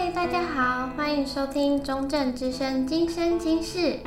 嗨，大家好，欢迎收听中正之声今生今世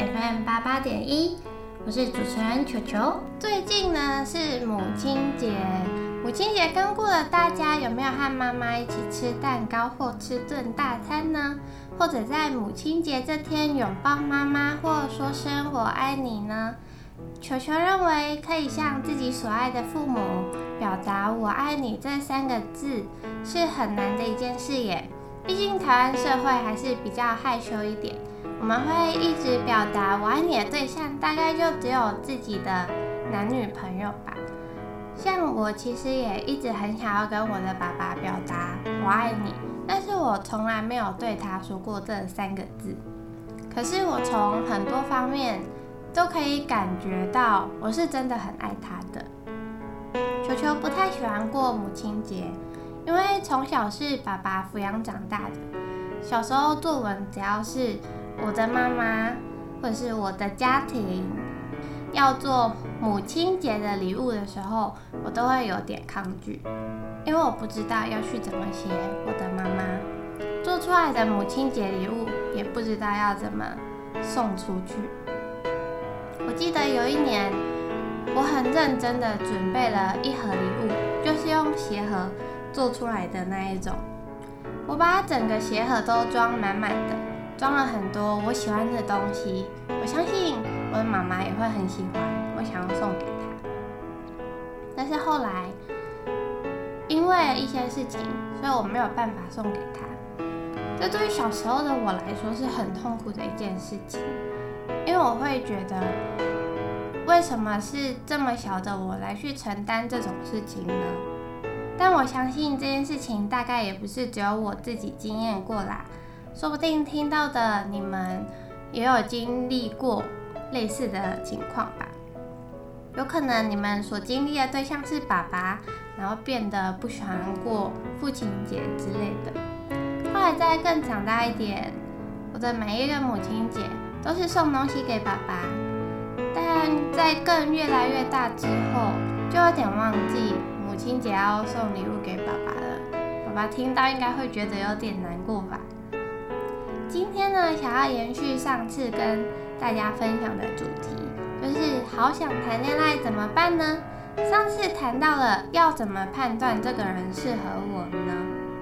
FM88.1，我是主持人球球。最近呢是母亲节，母亲节刚过了，大家有没有和妈妈一起吃蛋糕或吃顿大餐呢？或者在母亲节这天拥抱妈妈或说声我爱你呢？球球认为可以向自己所爱的父母表达我爱你这3个字是很难的一件事耶。毕竟台湾社会还是比较害羞一点，我们会一直表达我爱你的对象大概就只有自己的男女朋友吧。像我其实也一直很想要跟我的爸爸表达我爱你，但是我从来没有对他说过这3个字。可是我从很多方面都可以感觉到我是真的很爱他的。球球不太喜欢过母亲节，因为从小是爸爸抚养长大的，小时候作文只要是我的妈妈或者是我的家庭要做母亲节的礼物的时候，我都会有点抗拒，因为我不知道要去怎么写我的妈妈，做出来的母亲节礼物也不知道要怎么送出去。我记得有一年我很认真的准备了一盒礼物，就是用鞋盒做出来的那一种，我把整个鞋盒都装满满的，装了很多我喜欢的东西，我相信我的妈妈也会很喜欢，我想要送给她。但是后来因为一些事情，所以我没有办法送给她。这对于小时候的我来说是很痛苦的一件事情，因为我会觉得为什么是这么小的我来去承担这种事情呢？但我相信这件事情大概也不是只有我自己经验过啦，说不定听到的你们也有经历过类似的情况吧。有可能你们所经历的对象是爸爸，然后变得不喜欢过父亲节之类的。后来再更长大一点，我的每一个母亲节都是送东西给爸爸，但在更越来越大之后，就有点忘记母亲节要送礼物给爸爸了。爸爸听到应该会觉得有点难过吧。今天呢，想要延续上次跟大家分享的主题，就是好想谈恋爱怎么办呢？上次谈到了要怎么判断这个人适合我呢？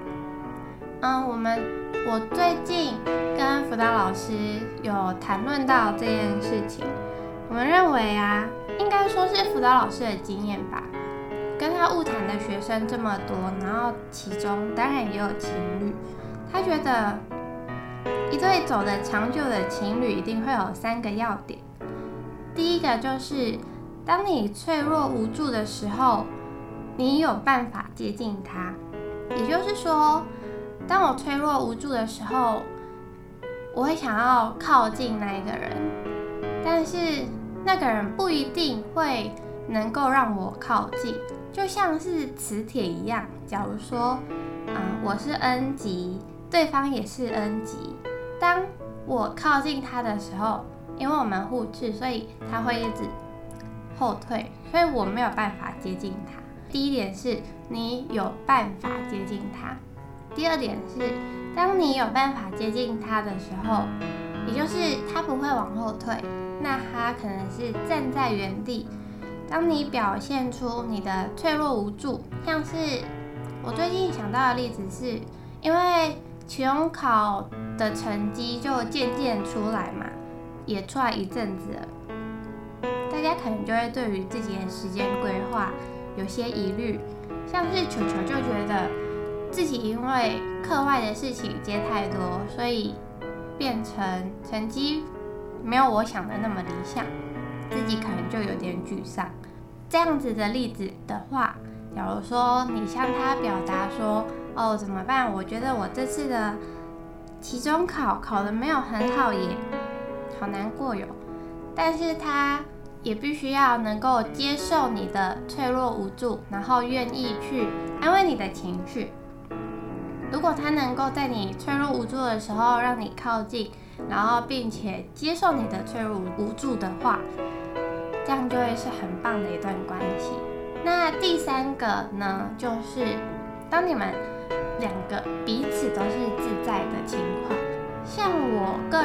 我最近跟辅导老师有谈论到这件事情。我们认为应该说是辅导老师的经验吧，跟他晤谈的学生这么多，然后其中当然也有情侣，他觉得一对走得长久的情侣一定会有3个要点。第一个就是当你脆弱无助的时候，你有办法接近他，也就是说当我脆弱无助的时候，我会想要靠近那一个人，但是那个人不一定会能够让我靠近，就像是磁铁一样。假如说，我是 N 级，对方也是 N 级，当我靠近他的时候，因为我们互斥，所以他会一直后退，所以我没有办法接近他。第一点是你有办法接近他，第二点是当你有办法接近他的时候，也就是他不会往后退，那他可能是站在原地。当你表现出你的脆弱无助，像是我最近想到的例子是，因为期中考的成绩就渐渐出来嘛，也出来一阵子了，大家可能就会对于自己的时间规划有些疑虑，像是球球就觉得自己因为课外的事情接太多，所以变成成绩没有我想的那么理想，自己可能就有点沮丧。这样子的例子的话，假如说你向他表达说，怎么办？我觉得我这次的期中考得没有很好耶，好难过哟。但是他也必须要能够接受你的脆弱无助，然后愿意去安慰你的情绪。如果他能够在你脆弱无助的时候让你靠近，然后并且接受你的脆弱无助的话，这样就会是很棒的一段关系。那第3个呢，就是当你们2个彼此都是自在的情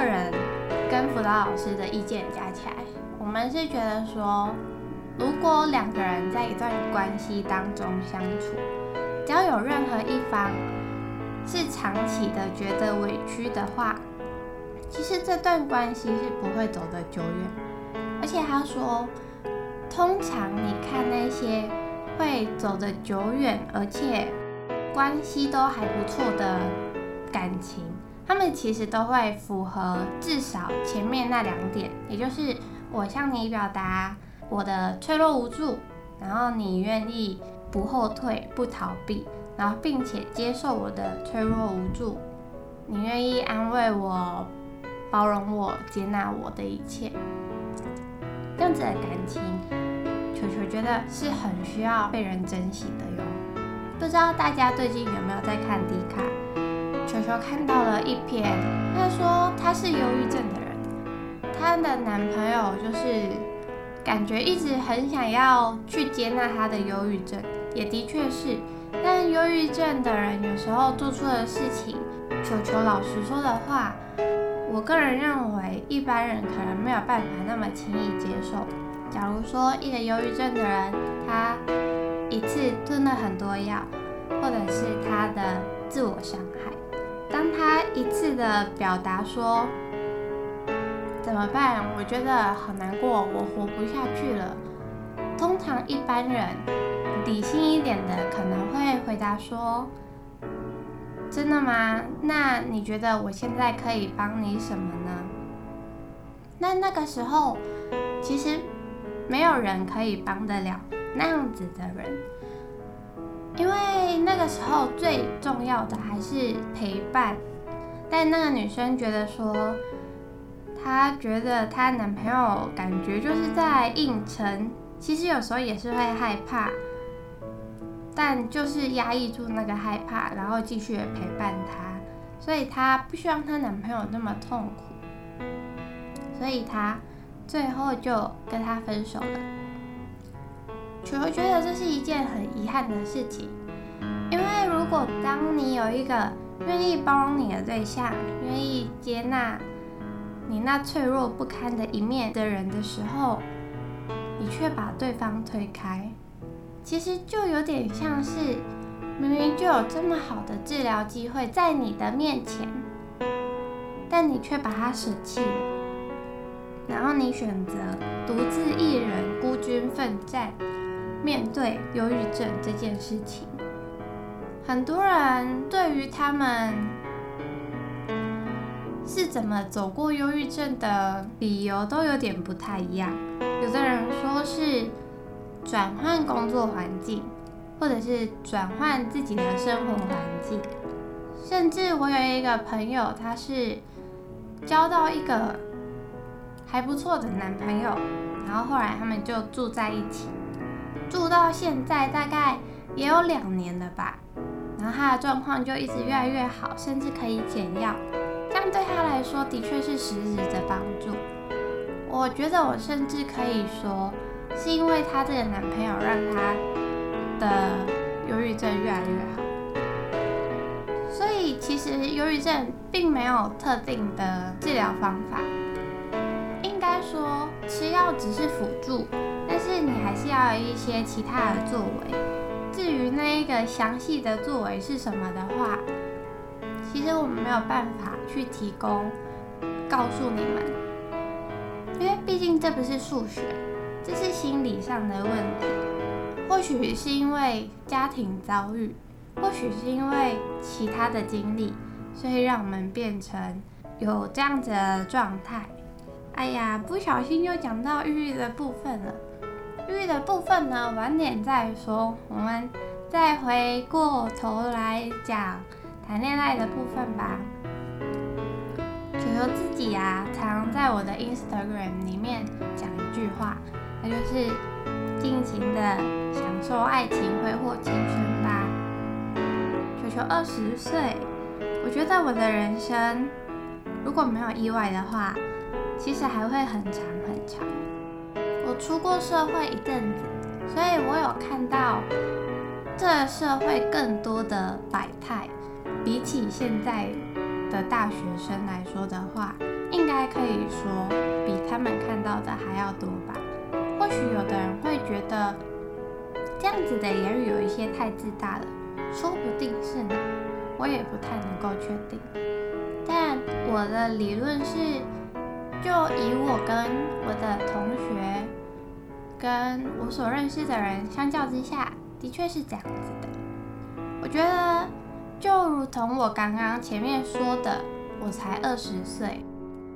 人跟辅导老师的意见加起来，我们是觉得说，如果两个人在一段关系当中相处，只要有任何一方是长期的觉得委屈的话，其实这段关系是不会走得久远。而且他说，通常你看那些会走得久远，而且关系都还不错的感情，他们其实都会符合至少前面那2点，也就是我向你表达我的脆弱无助，然后你愿意不后退不逃避，然后并且接受我的脆弱无助，你愿意安慰我、包容我、接纳我的一切，这样子的感情，球球觉得是很需要被人珍惜的哟。不知道大家最近有没有在看迪卡？球球看到了一篇，他说他是忧郁症的人，她的男朋友就是感觉一直很想要去接纳她的忧郁症，也的确是，但忧郁症的人有时候做出的事情，球球老实说的话，我个人认为一般人可能没有办法那么轻易接受。假如说一个忧郁症的人，他一次吞了很多药，或者是他的自我伤害，当他一次的表达说怎么办，我觉得好难过，我活不下去了，通常一般人理性一点的可能会回答说，真的吗？那你觉得我现在可以帮你什么呢？那个时候其实没有人可以帮得了那样子的人，因为那个时候最重要的还是陪伴。但那个女生觉得说，她觉得她男朋友感觉就是在硬撑，其实有时候也是会害怕，但就是压抑住那个害怕，然后继续的陪伴她，所以她不希望她男朋友那么痛苦，所以她最后就跟他分手了。球球觉得这是一件很遗憾的事情，因为如果当你有一个愿意包容你的对象，愿意接纳你那脆弱不堪的一面的人的时候，你却把对方推开，其实就有点像是明明就有这么好的治疗机会在你的面前，但你却把它舍弃了，然后你选择独自一人孤军奋战，面对忧郁症这件事情。很多人对于他们是怎么走过忧郁症的理由都有点不太一样。有的人说是转换工作环境，或者是转换自己的生活环境，甚至我有一个朋友，他是交到一个还不错的男朋友，然后后来他们就住在一起，住到现在大概也有2年了吧，然后他的状况就一直越来越好，甚至可以减药，这样对他来说的确是实质的帮助。我觉得我甚至可以说，是因为他这个男朋友让他的忧郁症越来越好。所以其实忧郁症并没有特定的治疗方法，应该说吃药只是辅助，但是你还是要有一些其他的作为。至于那一个详细的作为是什么的话，其实我们没有办法去提供告诉你们，因为毕竟这不是数学，这是心理上的问题。或许是因为家庭遭遇，或许是因为其他的经历，所以让我们变成有这样子的状态。哎呀，不小心又讲到抑郁的部分了。抑郁的部分呢，晚点再说。我们再回过头来讲谈恋爱的部分吧。球球自己常在我的 Instagram 里面讲一句话，那就是尽情的享受爱情，挥霍青春吧。球球20岁，我觉得我的人生如果没有意外的话，其实还会很长很长。我出过社会一阵子，所以我有看到这个社会更多的百态。比起现在的大学生来说的话， 应该可以说比他们看到的还要多吧。或许有的人会觉得这样子的言语有一些太自大了，说不定是呢，我也不太能够确定。但我的理论是，就以我跟我的同学跟我所认识的人相较之下，的确是这样子的。我觉得就如同我刚刚前面说的，我才20岁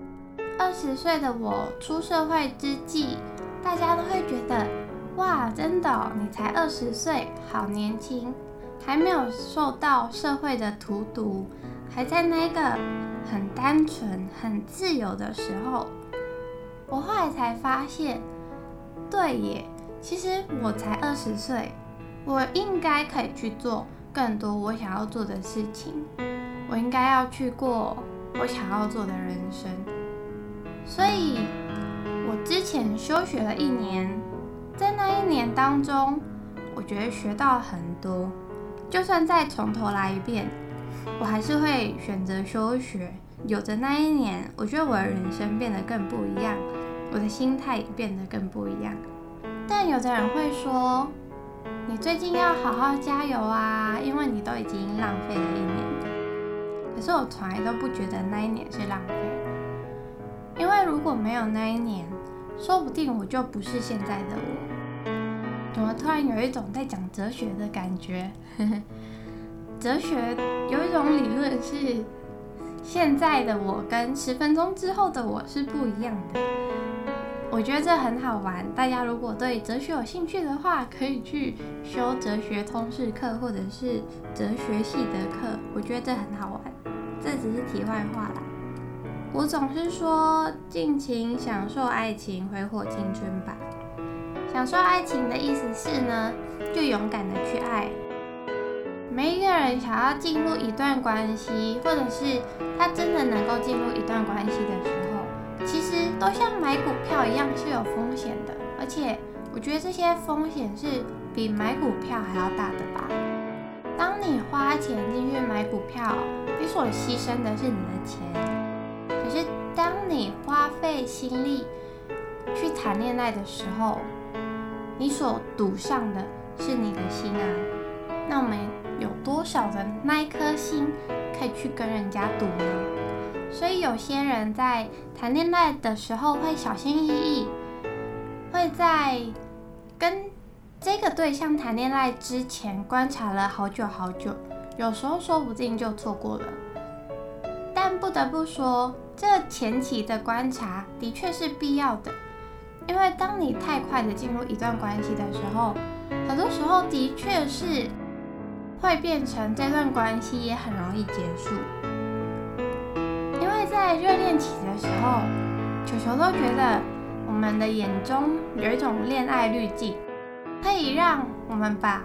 ，20岁的我出社会之际，大家都会觉得哇，真的哦，你才20岁，好年轻，还没有受到社会的荼毒，还在那个很单纯、很自由的时候。我后来才发现，对耶，其实我才20岁，我应该可以去做更多我想要做的事情，我应该要去过我想要做的人生。所以我之前休学了1年，在那1年当中，我觉得学到了很多，就算再从头来一遍，我还是会选择休学。有着那1年，我觉得我的人生变得更不一样，我的心态也变得更不一样。但有的人会说，你最近要好好加油啊，因为你都已经浪费了1年。可是我从来都不觉得那1年是浪费，因为如果没有那1年，说不定我就不是现在的我。怎么突然有一种在讲哲学的感觉？哲学有一种理论是，现在的我跟10分钟之后的我是不一样的。我觉得这很好玩，大家如果对哲学有兴趣的话，可以去修哲学通识课或者是哲学系的课，我觉得这很好玩。这只是题外话啦。我总是说，尽情享受爱情，挥霍青春吧。享受爱情的意思是呢，就勇敢的去爱。每一个人想要进入一段关系，或者是他真的能够进入一段关系的时候，其实都像买股票一样是有风险的，而且我觉得这些风险是比买股票还要大的吧。当你花钱进去买股票，你所牺牲的是你的钱，可是当你花费心力去谈恋爱的时候，你所赌上的是你的心啊。那我们有多少的那一颗心可以去跟人家赌呢？所以有些人在谈恋爱的时候会小心翼翼，会在跟这个对象谈恋爱之前观察了好久好久，有时候说不定就错过了。但不得不说，这前期的观察的确是必要的，因为当你太快的进入一段关系的时候，很多时候的确是会变成这段关系也很容易结束。因为在热恋期的时候，球球都觉得我们的眼中有一种恋爱滤镜，可以让我们把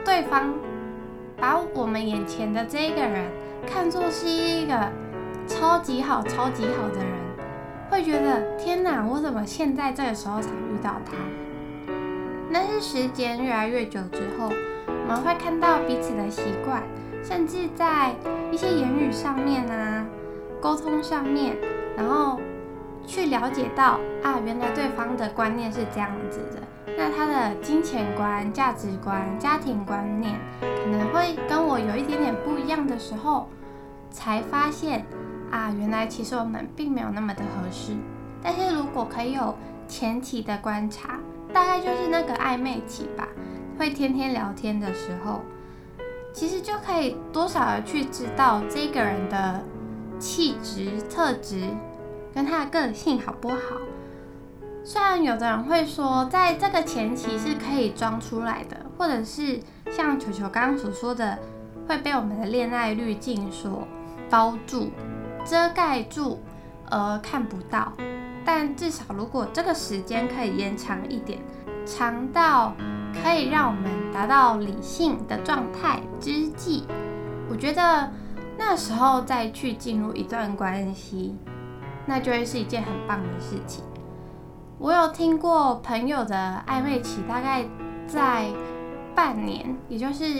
我们眼前的这一个人看作是一个超级好超级好的人，会觉得天哪，我怎么现在这个时候才遇到他？但是时间越来越久之后，我们会看到彼此的习惯，甚至在一些言语上面啊，沟通上面，然后去了解到啊，原来对方的观念是这样子的，那他的金钱观、价值观、家庭观念可能会跟我有一点点不一样的时候，才发现啊，原来其实我们并没有那么的合适。但是如果可以有前期的观察，大概就是那个暧昧期吧，会天天聊天的时候，其实就可以多少的去知道这个人的气质、特质跟他的个性好不好。虽然有的人会说，在这个前期是可以装出来的，或者是像球球刚刚所说的，会被我们的恋爱滤镜所包住、遮盖住，看不到。但至少如果这个时间可以延长一点，长到可以让我们达到理性的状态之际，我觉得那时候再去进入一段关系，那就会是一件很棒的事情。我有听过朋友的暧昧期大概在半年，也就是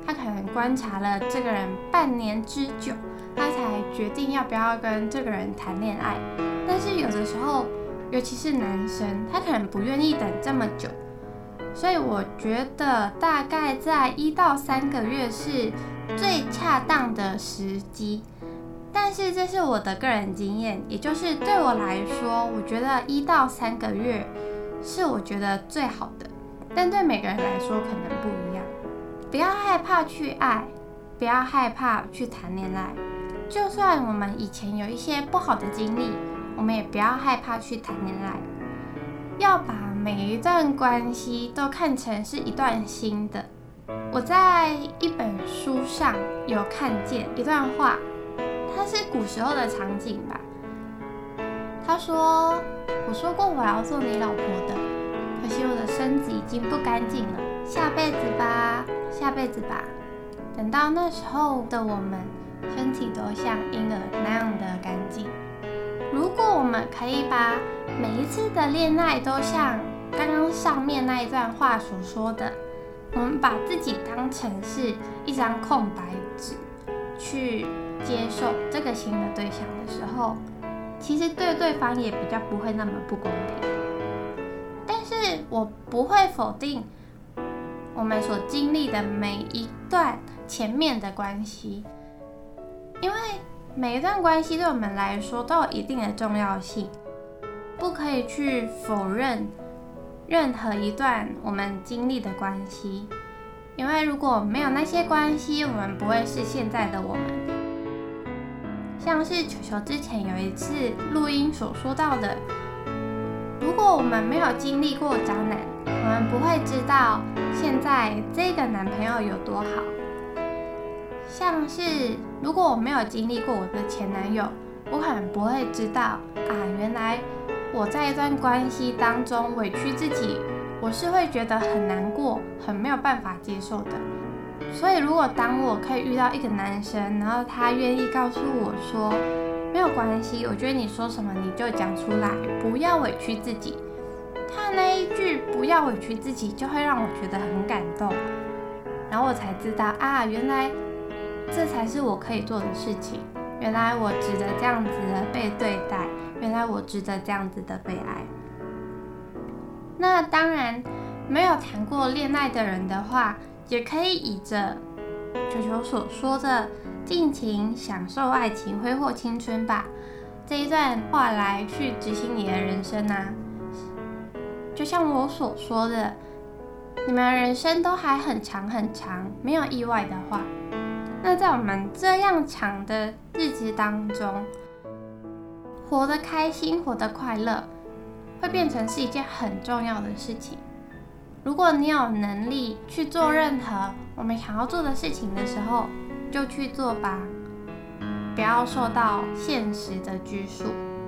他可能观察了这个人半年之久，他才决定要不要跟这个人谈恋爱。但是有的时候，尤其是男生，他可能不愿意等这么久，所以我觉得大概在1到3个月是最恰当的时机。但是这是我的个人经验，也就是对我来说，我觉得1到3个月是我觉得最好的，但对每个人来说可能不一样。不要害怕去爱，不要害怕去谈恋爱，就算我们以前有一些不好的经历，我们也不要害怕去谈恋爱。要把每一段关系都看成是一段新的。我在一本书上有看见一段话，它是古时候的场景吧。他说：“我说过我要做你老婆的，可惜我的身子已经不干净了，下辈子吧，下辈子吧。等到那时候的我们，身体都像婴儿那样的干净。如果我们可以把每一次的恋爱都像刚刚上面那一段话所说的，我们把自己当成是一张空白纸，去接受这个新的对象的时候，其实对对方也比较不会那么不公平。但是我不会否定我们所经历的每一段前面的关系，因为每一段关系对我们来说都有一定的重要性，不可以去否认任何一段我们经历的关系，因为如果没有那些关系，我们不会是现在的我们。像是球球之前有一次录音所说到的，如果我们没有经历过渣男，我们不会知道现在这个男朋友有多好。像是如果我没有经历过我的前男友，我可能不会知道原来我在一段关系当中委屈自己，我是会觉得很难过，很没有办法接受的。所以如果当我可以遇到一个男生，然后他愿意告诉我说没有关系，我觉得你说什么你就讲出来，不要委屈自己，他那一句不要委屈自己就会让我觉得很感动，然后我才知道原来这才是我可以做的事情，原来我值得这样子的被对待，原来我值得这样子的被爱。那当然没有谈过恋爱的人的话，也可以以着球球所说的尽情享受爱情，挥霍青春吧这一段话来去执行你的人生啊。就像我所说的，你们的人生都还很长很长，没有意外的话，那在我们这样长的日子当中，活得开心，活得快乐，会变成是一件很重要的事情。如果你有能力去做任何我们想要做的事情的时候，就去做吧，不要受到现实的拘束。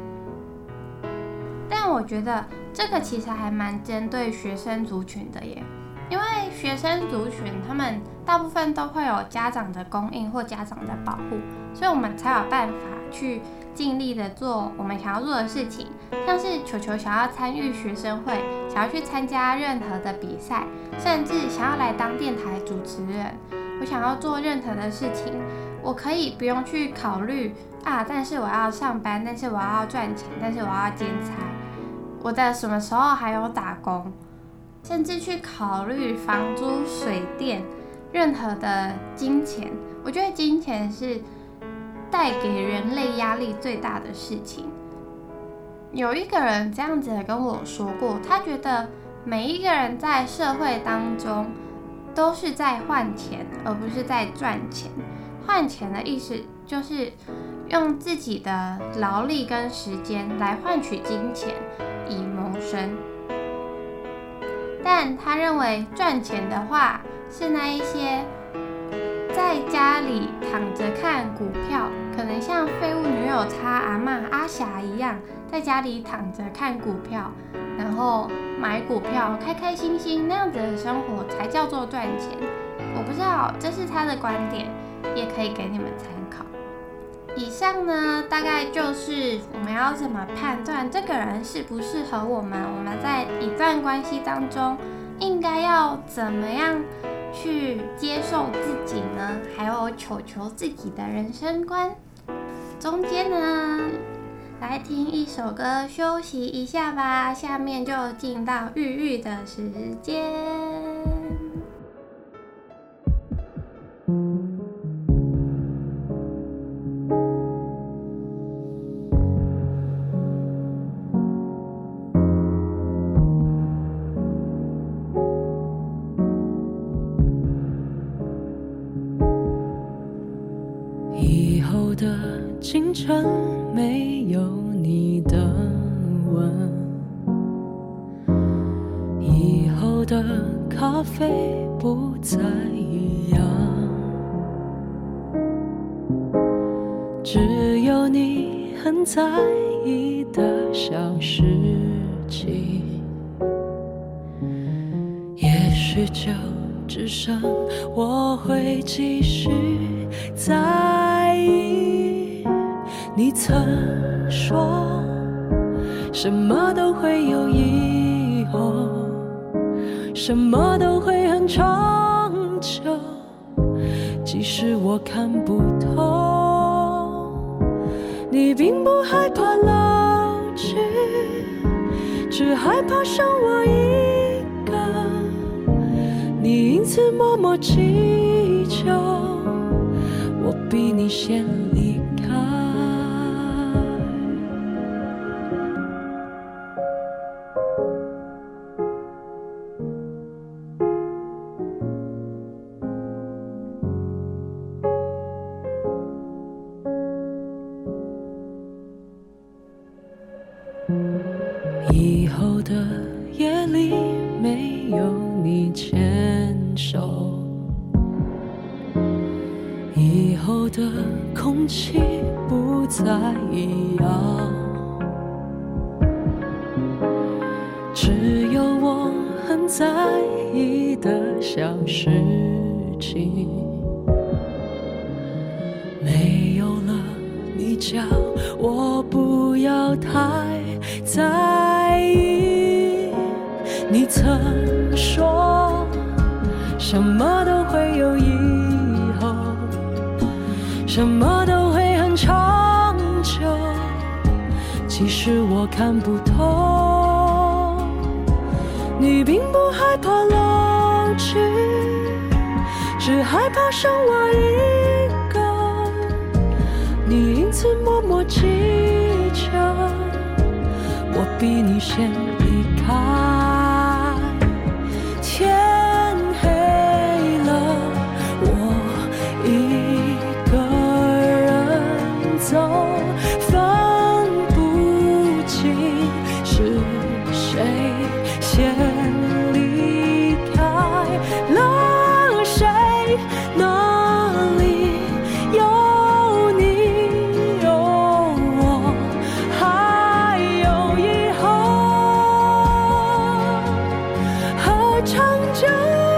但我觉得这个其实还蛮针对学生族群的耶，因为学生族群他们大部分都会有家长的供应或家长的保护，所以我们才有办法去尽力的做我们想要做的事情。像是球球想要参与学生会，想要去参加任何的比赛，甚至想要来当电台主持人，我想要做任何的事情，我可以不用去考虑但是我要上班，但是我要赚钱，但是我要兼差，我的什么时候还有打工，甚至去考虑房租、水电，任何的金钱。我觉得金钱是带给人类压力最大的事情。有一个人这样子跟我说过，他觉得每一个人在社会当中都是在换钱，而不是在赚钱。换钱的意思就是用自己的劳力跟时间来换取金钱以谋生。但他认为赚钱的话，是那一些在家里躺着看股票，可能像废物女友她阿嬷阿霞一样，在家里躺着看股票，然后买股票，开开心心那样子的生活才叫做赚钱。我不知道这是他的观点，也可以给你们参考。以上呢，大概就是我们要怎么判断这个人适不适合我们，我们在一段关系当中应该要怎么样去接受自己呢？还有球球自己的人生观。中间呢，来听一首歌休息一下吧，下面就进到郁郁的时间。 以后的清晨没有你的吻，以后的咖啡不再一样，只有你很在意的小事情，也许就只剩我会继续在意。你曾说什么都会有以后，什么都会很长久，即使我看不透。你并不害怕老去，只害怕剩我一个，你因此默默祈求我比你先离开。以后的夜里没有你牵手，以后的空气不再一样，只有我很在意的小事情，没有了你叫我不要太在意。你曾说什么都会有以后，什么都会很长久，其实我看不透。你并不害怕老去，只害怕剩我一个，你因此默默祈求我比你先离开。天黑了，我一个人走，分不清是谁先离开了谁，哪里有你有我，还有以后和长久。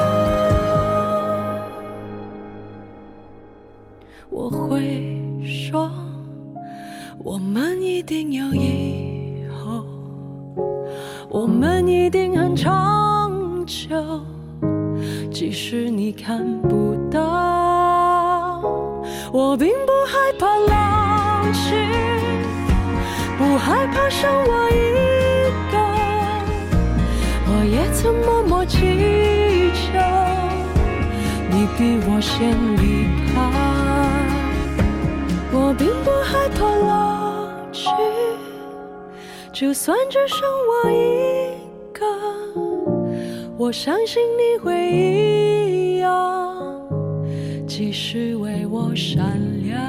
我会说我们一定有以后，我们一定很长久，即使你看不到。我并不害怕老去，不害怕剩我一个，我也曾默默祈求你比我先离开。我并不害怕老去，就算只剩我一个，我相信你会一样继续为我闪亮。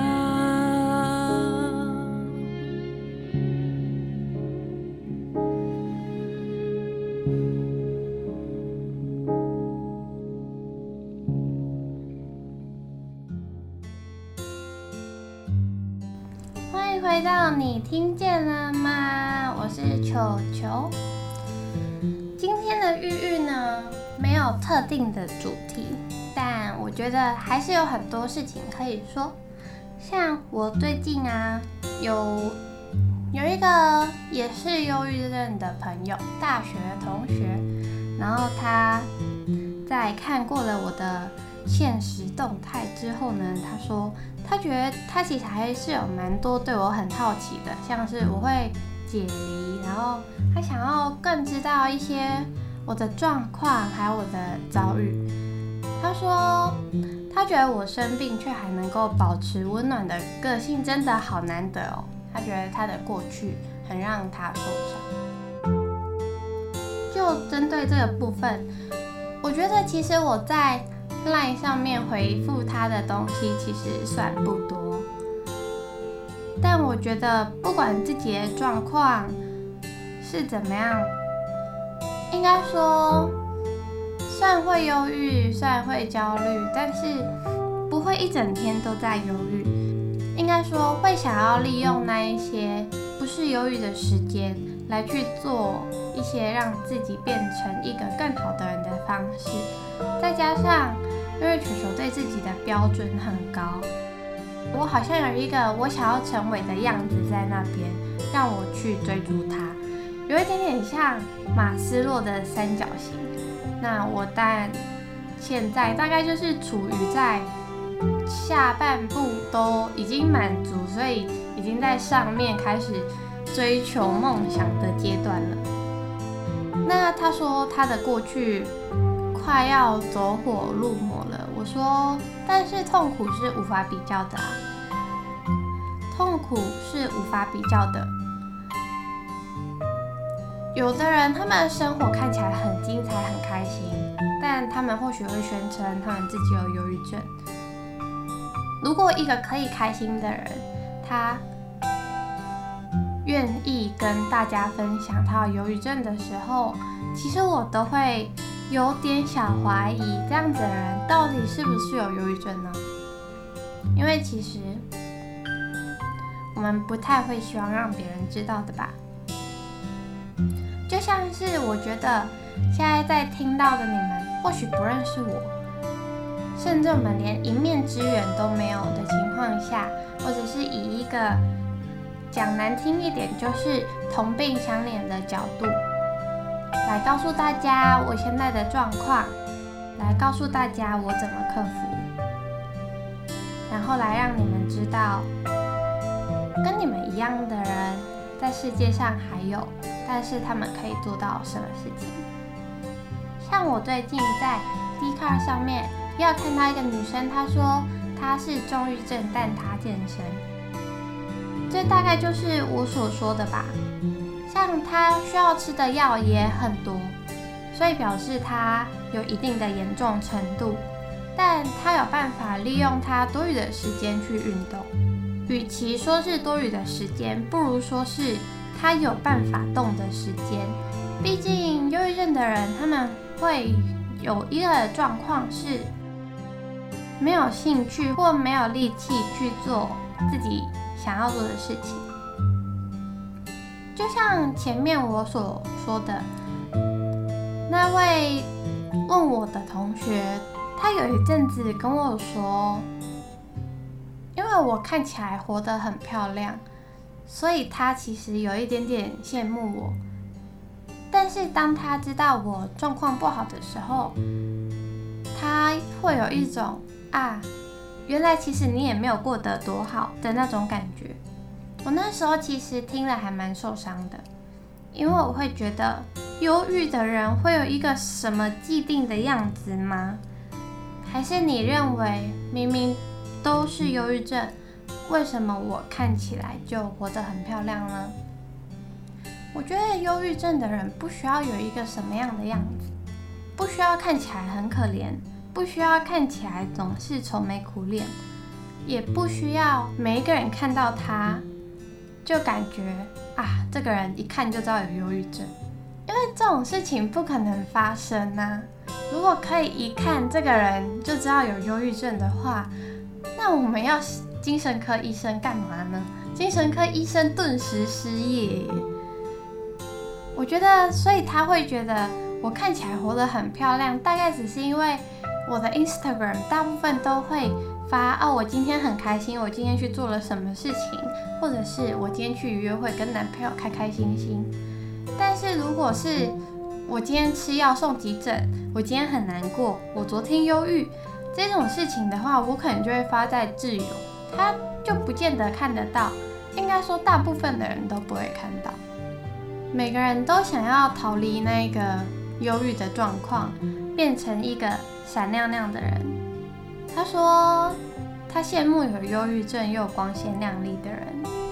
欢迎回到你听见了吗？我是球球。今天的郁郁呢，没有特定的主题，但我觉得还是有很多事情可以说。像我最近啊，有一个也是忧郁症的朋友，大学同学，然后他在看过了我的现实动态之后呢，他说他觉得他其实还是有蛮多对我很好奇的，像是我会解离，然后他想要更知道一些我的状况还有我的遭遇。他说他觉得我生病却还能够保持温暖的个性真的好难得哦，他觉得他的过去很让他受伤。就针对这个部分，我觉得其实我在 LINE 上面回复他的东西其实算不多，但我觉得不管自己的状况是怎么样，应该说虽然会忧郁，虽然会焦虑，但是不会一整天都在忧郁，应该说会想要利用那一些不是忧郁的时间来去做一些让自己变成一个更好的人的方式。再加上因为球球对自己的标准很高，我好像有一个我想要成为的样子在那边，让我去追逐它，有一点点像马斯洛的三角形。那我当然现在大概就是处于在下半部都已经满足，所以已经在上面开始追求梦想的阶段了。那他说他的过去快要走火入魔了，我说但是痛苦是无法比较的啊，痛苦是无法比较的。有的人他们的生活看起来很精彩很开心，但他们或许会宣称他们自己有忧郁症。如果一个可以开心的人，他愿意跟大家分享他有忧郁症的时候，其实我都会有点小怀疑，这样子的人到底是不是有忧郁症呢？因为其实我们不太会希望让别人知道的吧。就像是我觉得现在在听到的你们或许不认识我，甚至我们连一面之缘都没有的情况下，或者是以一个讲难听一点就是同病相怜的角度来告诉大家我现在的状况，来告诉大家我怎么克服，然后来让你们知道跟你们一样的人在世界上还有，但是他们可以做到什么事情。像我最近在 Dcard 上面也有看到一个女生，她说她是重郁症，但她健身，这大概就是我所说的吧。像她需要吃的药也很多，所以表示她有一定的严重程度，但她有办法利用她多余的时间去运动。与其说是多余的时间，不如说是她有办法动的时间。毕竟忧郁症的人他们会有一个状况是没有兴趣或没有力气去做自己想要做的事情。就像前面我所说的那位问我的同学，他有一阵子跟我说，因为我看起来活得很漂亮，所以他其实有一点点羡慕我。但是当他知道我状况不好的时候，他会有一种原来其实你也没有过得多好的那种感觉。我那时候其实听了还蛮受伤的，因为我会觉得忧郁的人会有一个什么既定的样子吗？还是你认为明明都是忧郁症，为什么我看起来就活得很漂亮呢？我觉得忧郁症的人不需要有一个什么样的样子，不需要看起来很可怜，不需要看起来总是愁眉苦脸，也不需要每一个人看到他就感觉这个人一看就知道有忧郁症，因为这种事情不可能发生啊。如果可以一看这个人就知道有忧郁症的话，那我们要精神科医生干嘛呢？精神科医生顿时失业耶。我觉得所以他会觉得我看起来活得很漂亮，大概只是因为我的 Instagram 大部分都会发我今天很开心，我今天去做了什么事情，或者是我今天去约会跟男朋友开开心心。但是如果是我今天吃药送急诊，我今天很难过，我昨天忧郁，这种事情的话，我可能就会发在挚友，他就不见得看得到，应该说大部分的人都不会看到。每个人都想要逃离那个忧郁的状况，变成一个闪亮亮的人。他说他羡慕有忧郁症又光鲜亮丽的人。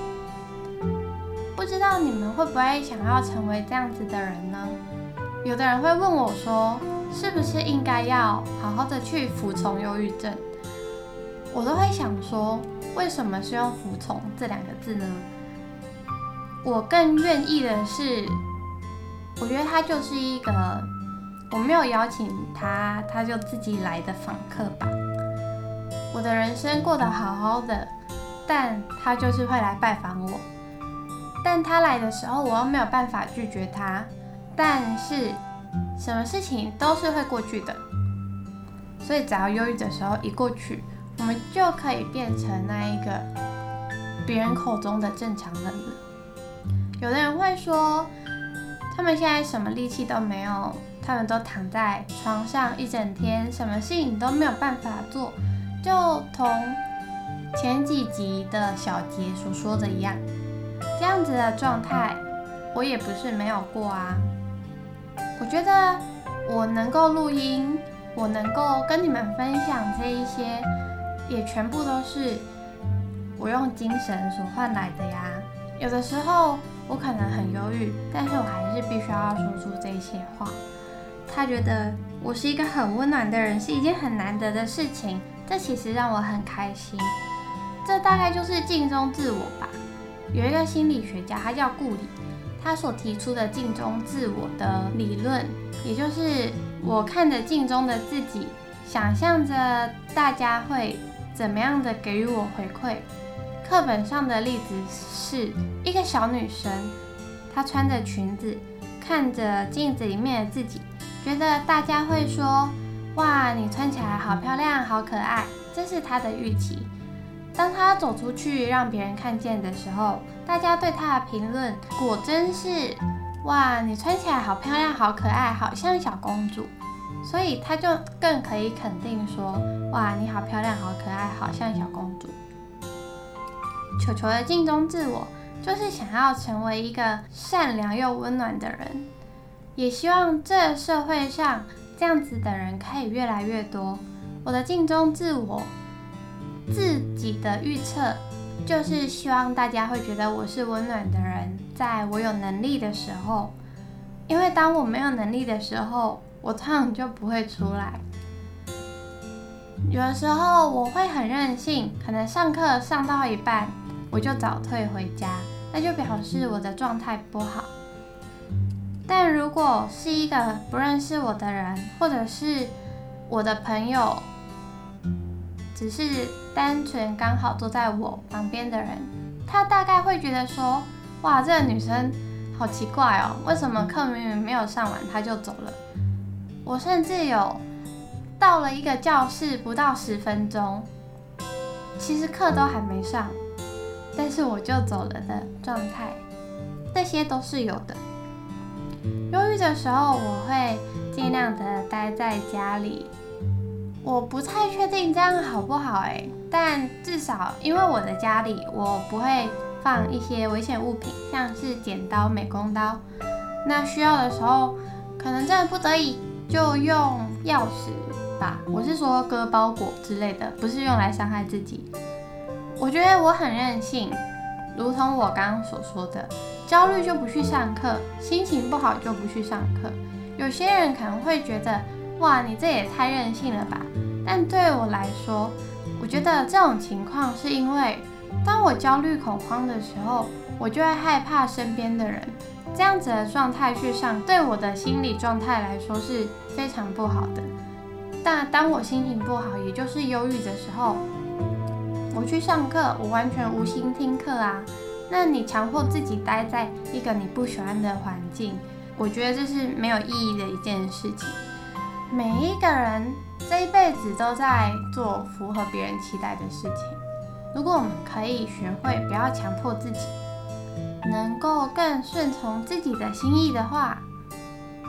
不知道你们会不会想要成为这样子的人呢？有的人会问我说，是不是应该要好好的去服从忧郁症？我都会想说，为什么是用服从这2个字呢？我更愿意的是，我觉得他就是一个我没有邀请他，他就自己来的访客吧。我的人生过得好好的，但他就是会来拜访我。但他来的时候，我又没有办法拒绝他。但是什么事情都是会过去的，所以只要忧郁的时候一过去，我们就可以变成那一个别人口中的正常人了。有的人会说，他们现在什么力气都没有，他们都躺在床上一整天，什么事情都没有办法做，就同前几集的小杰所说的一样。这样子的状态，我也不是没有过啊。我觉得我能够录音，我能够跟你们分享这一些，也全部都是我用精神所换来的呀。有的时候我可能很忧郁，但是我还是必须要说出这些话。他觉得我是一个很温暖的人，是一件很难得的事情，这其实让我很开心。这大概就是镜中自我吧。有一个心理学家，他叫顾里，他所提出的镜中自我的理论，也就是我看着镜中的自己，想象着大家会怎么样的给予我回馈。课本上的例子是一个小女生，她穿着裙子，看着镜子里面的自己，觉得大家会说，哇，你穿起来好漂亮，好可爱，这是她的预期。当她走出去让别人看见的时候，大家对她的评论果真是，哇，你穿起来好漂亮，好可爱，好像小公主。所以她就更可以肯定说，哇，你好漂亮，好可爱，好像小公主。球球的镜中自我就是想要成为一个善良又温暖的人，也希望这社会上这样子的人可以越来越多。我的镜中自我自己的预测就是希望大家会觉得我是温暖的人，在我有能力的时候，因为当我没有能力的时候，我通常就不会出来。有的时候我会很任性，可能上课上到一半我就早退回家，那就表示我的状态不好。但如果是一个不认识我的人，或者是我的朋友，只是单纯刚好坐在我旁边的人，他大概会觉得说，哇，这个女生好奇怪哦，为什么课明明没有上完她就走了？我甚至有到了一个教室不到10分钟，其实课都还没上，但是我就走了的状态，这些都是有的。忧郁的时候，我会尽量的待在家里。我不太确定这样好不好但至少因为我的家里我不会放一些危险物品，像是剪刀、美工刀，那需要的时候可能真的不得已就用钥匙吧，我是说割包裹之类的，不是用来伤害自己。我觉得我很任性，如同我刚刚所说的，焦虑就不去上课，心情不好就不去上课。有些人可能会觉得，哇，你这也太任性了吧？但对我来说，我觉得这种情况是因为，当我焦虑恐慌的时候，我就会害怕身边的人。这样子的状态去上，对我的心理状态来说是非常不好的。但当我心情不好，也就是忧郁的时候，我去上课，我完全无心听课啊。那你强迫自己待在一个你不喜欢的环境，我觉得这是没有意义的一件事情。每一个人这一辈子都在做符合别人期待的事情。如果我们可以学会不要强迫自己，能够更顺从自己的心意的话，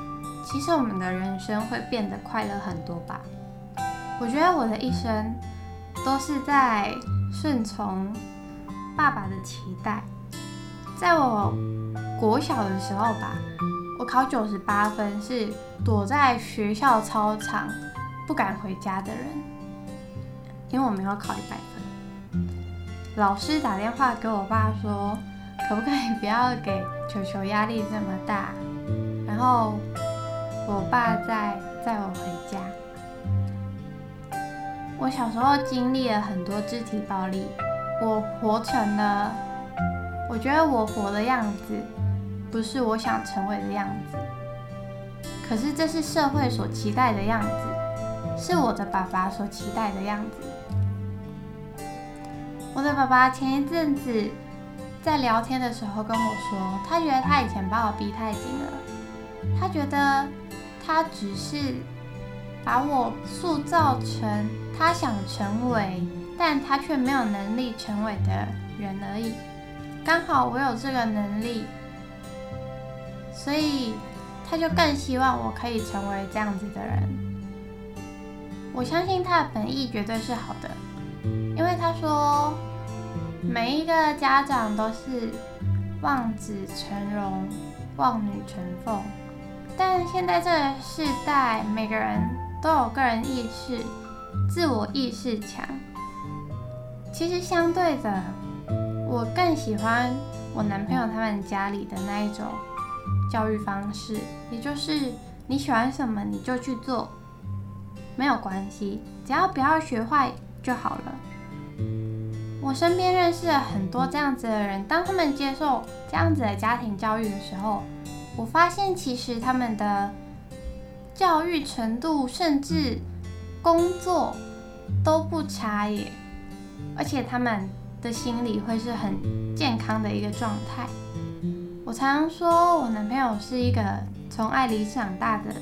其实我们的人生会变得快乐很多吧。我觉得我的一生都是在顺从爸爸的期待。在我国小的时候吧，我考98分，是躲在学校操场不敢回家的人，因为我没有考100分。老师打电话给我爸说，可不可以不要给球球压力这么大，然后我爸再载我回家。我小时候经历了很多肢体暴力，我活成了我觉得我活的样子不是我想成为的样子，可是这是社会所期待的样子，是我的爸爸所期待的样子。我的爸爸前一阵子在聊天的时候跟我说，他觉得他以前把我逼太紧了，他觉得他只是把我塑造成他想成为，但他却没有能力成为的人而已。刚好我有这个能力，所以他就更希望我可以成为这样子的人。我相信他的本意绝对是好的，因为他说每一个家长都是望子成龙，望女成凤，但现在这个世代，每个人都有个人意识，自我意识强。其实相对的，我更喜欢我男朋友他们家里的那一种教育方式，也就是你喜欢什么你就去做，没有关系，只要不要学坏就好了。我身边认识了很多这样子的人，当他们接受这样子的家庭教育的时候，我发现其实他们的教育程度甚至工作都不差耶，而且他们的心理会是很健康的一个状态。我常常说我男朋友是一个从爱里长大的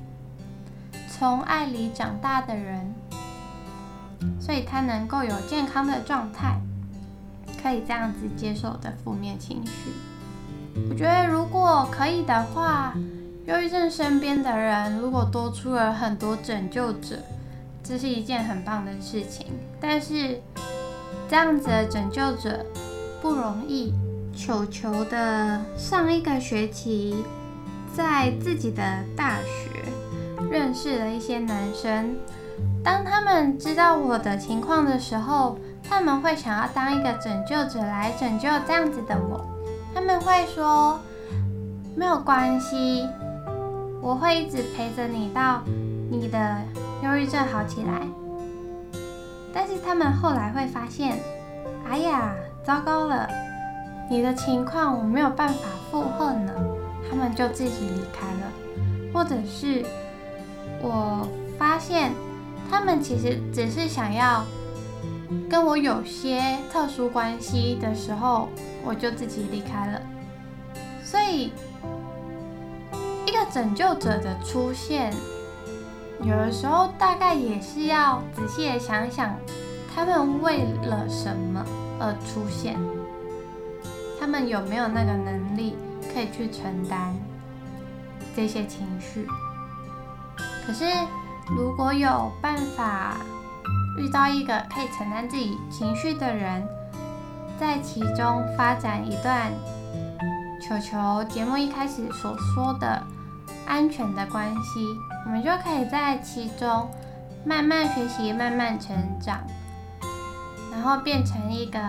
人，所以他能够有健康的状态，可以这样子接受的负面情绪。我觉得如果可以的话，忧郁症身边的人如果多出了很多拯救者，这是一件很棒的事情。但是这样子的拯救者不容易。球球的上一个学期，在自己的大学认识了一些男生，当他们知道我的情况的时候，他们会想要当一个拯救者来拯救这样子的我。他们会说没有关系，我会一直陪着你到你的忧郁症好起来。但是他们后来会发现，哎呀，糟糕了，你的情况我没有办法负荷呢，他们就自己离开了。或者是我发现他们其实只是想要跟我有些特殊关系的时候，我就自己离开了。所以一个拯救者的出现，有的时候大概也是要仔细的想想，他们为了什么而出现，他们有没有那个能力可以去承担这些情绪。可是如果有办法遇到一个可以承担自己情绪的人，在其中发展一段球球节目一开始所说的安全的关系，我们就可以在其中慢慢学习，慢慢成长，然后变成一个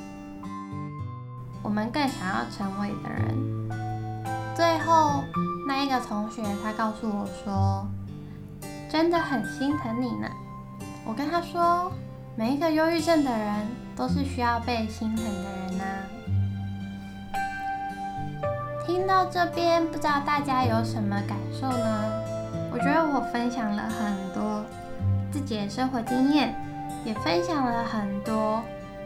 我们更想要成为的人。最后那一个同学他告诉我说，真的很心疼你呢。我跟他说，每一个忧郁症的人都是需要被心疼的人啊。听到这边，不知道大家有什么感受呢？我觉得我分享了很多自己的生活经验，也分享了很多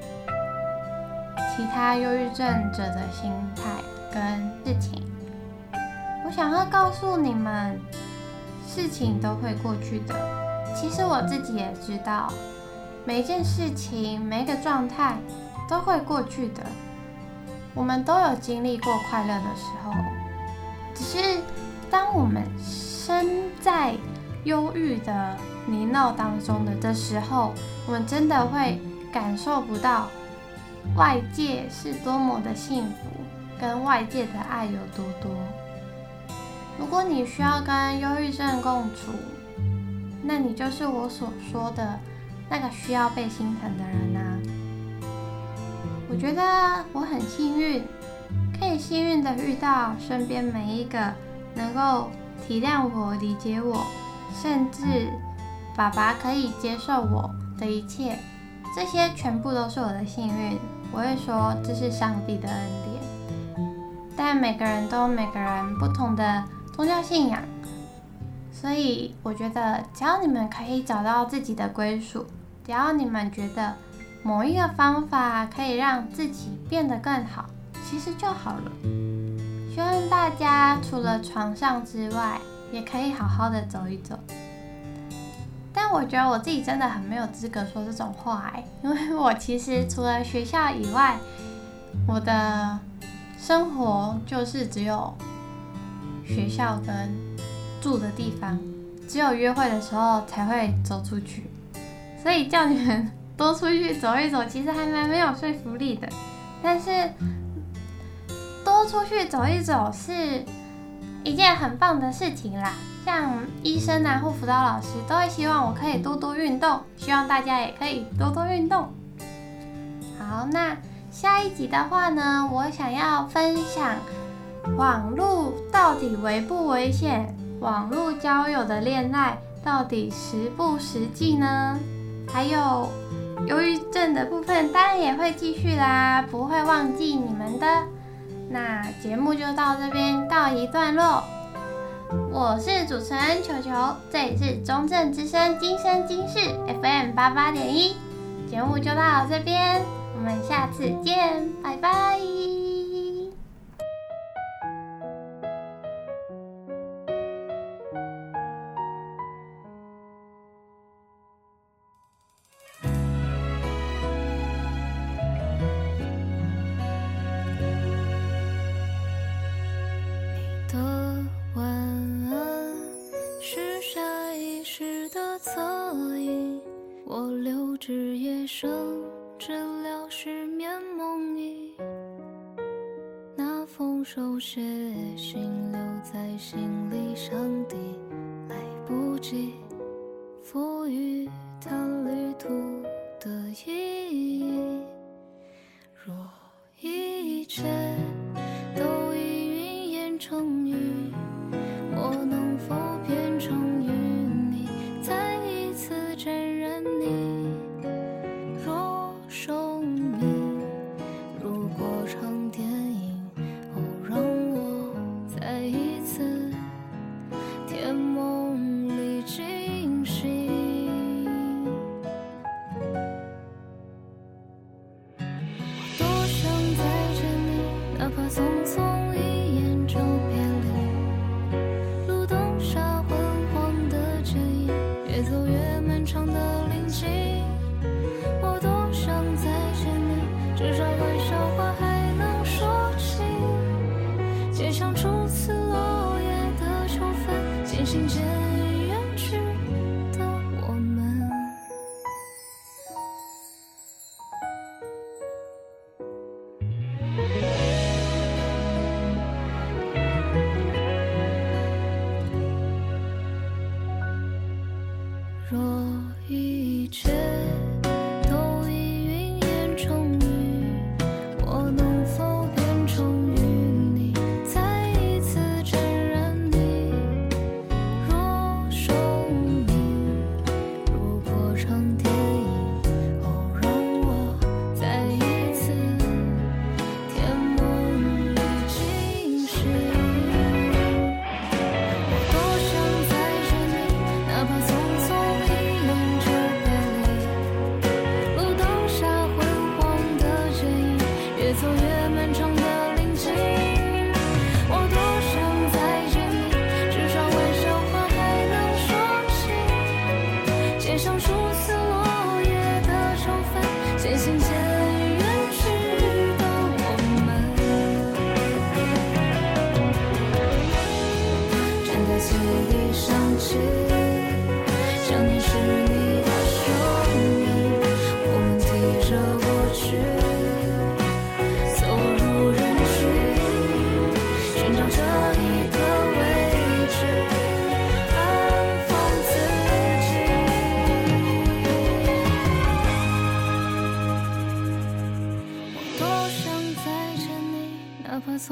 其他忧郁症者的心态跟事情。我想要告诉你们，事情都会过去的。其实我自己也知道，每一件事情，每一个状态都会过去的。我们都有经历过快乐的时候，只是当我们身在忧郁的泥淖当中的这时候，我们真的会感受不到外界是多么的幸福，跟外界的爱有多多。如果你需要跟忧郁症共处，那你就是我所说的那个需要被心疼的人啊。我觉得我很幸运，可以幸运的遇到身边每一个能够体谅我、理解我，甚至爸爸可以接受我的一切，这些全部都是我的幸运。我会说这是上帝的恩典，但每个人都有每个人不同的宗教信仰，所以我觉得只要你们可以找到自己的归属，只要你们觉得某一个方法可以让自己变得更好，其实就好了。希望大家除了床上之外，也可以好好的走一走。但我觉得我自己真的很没有资格说这种话因为我其实除了学校以外，我的生活就是只有学校跟住的地方，只有约会的时候才会走出去，所以叫你们多出去走一走，其实还蛮没有说服力的。但是多出去走一走是一件很棒的事情啦，像医生啊或辅导老师都会希望我可以多多运动，希望大家也可以多多运动。好，那下一集的话呢，我想要分享网络到底危不危险，网络交友的恋爱到底实不实际呢？还有忧郁症的部分当然也会继续啦，不会忘记你们的。那节目就到这边告一段落，我是主持人球球，这里是中正之声今生今世 FM 88.1，节目就到这边，我们下次见，拜拜。 至夜深，治疗失眠梦呓。那封手写信留在心里，上帝来不及赋予它旅途的意义。若一切都已云烟成雨，我能否变成与你再一次沾染你？若生命如果场电影，哦，让我再一次甜梦里惊醒。我多想再见你，哪怕匆匆一眼就别离。路灯下昏黄的剪影，越走越漫长的林径。我多想再见你，至少玩笑话还能说起。街上初次落叶的秋分，渐行渐远去的我们。若一切都已云烟成雨，我能否变成与你再一次沾染你？若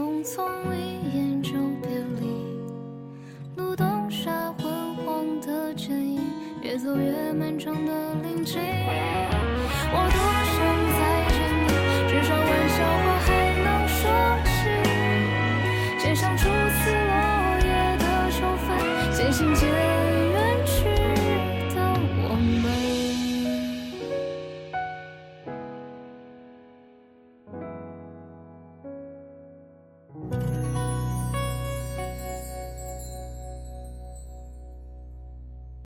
匆匆一眼就别离，路灯下昏黄的剪影，越走越漫长的林径。我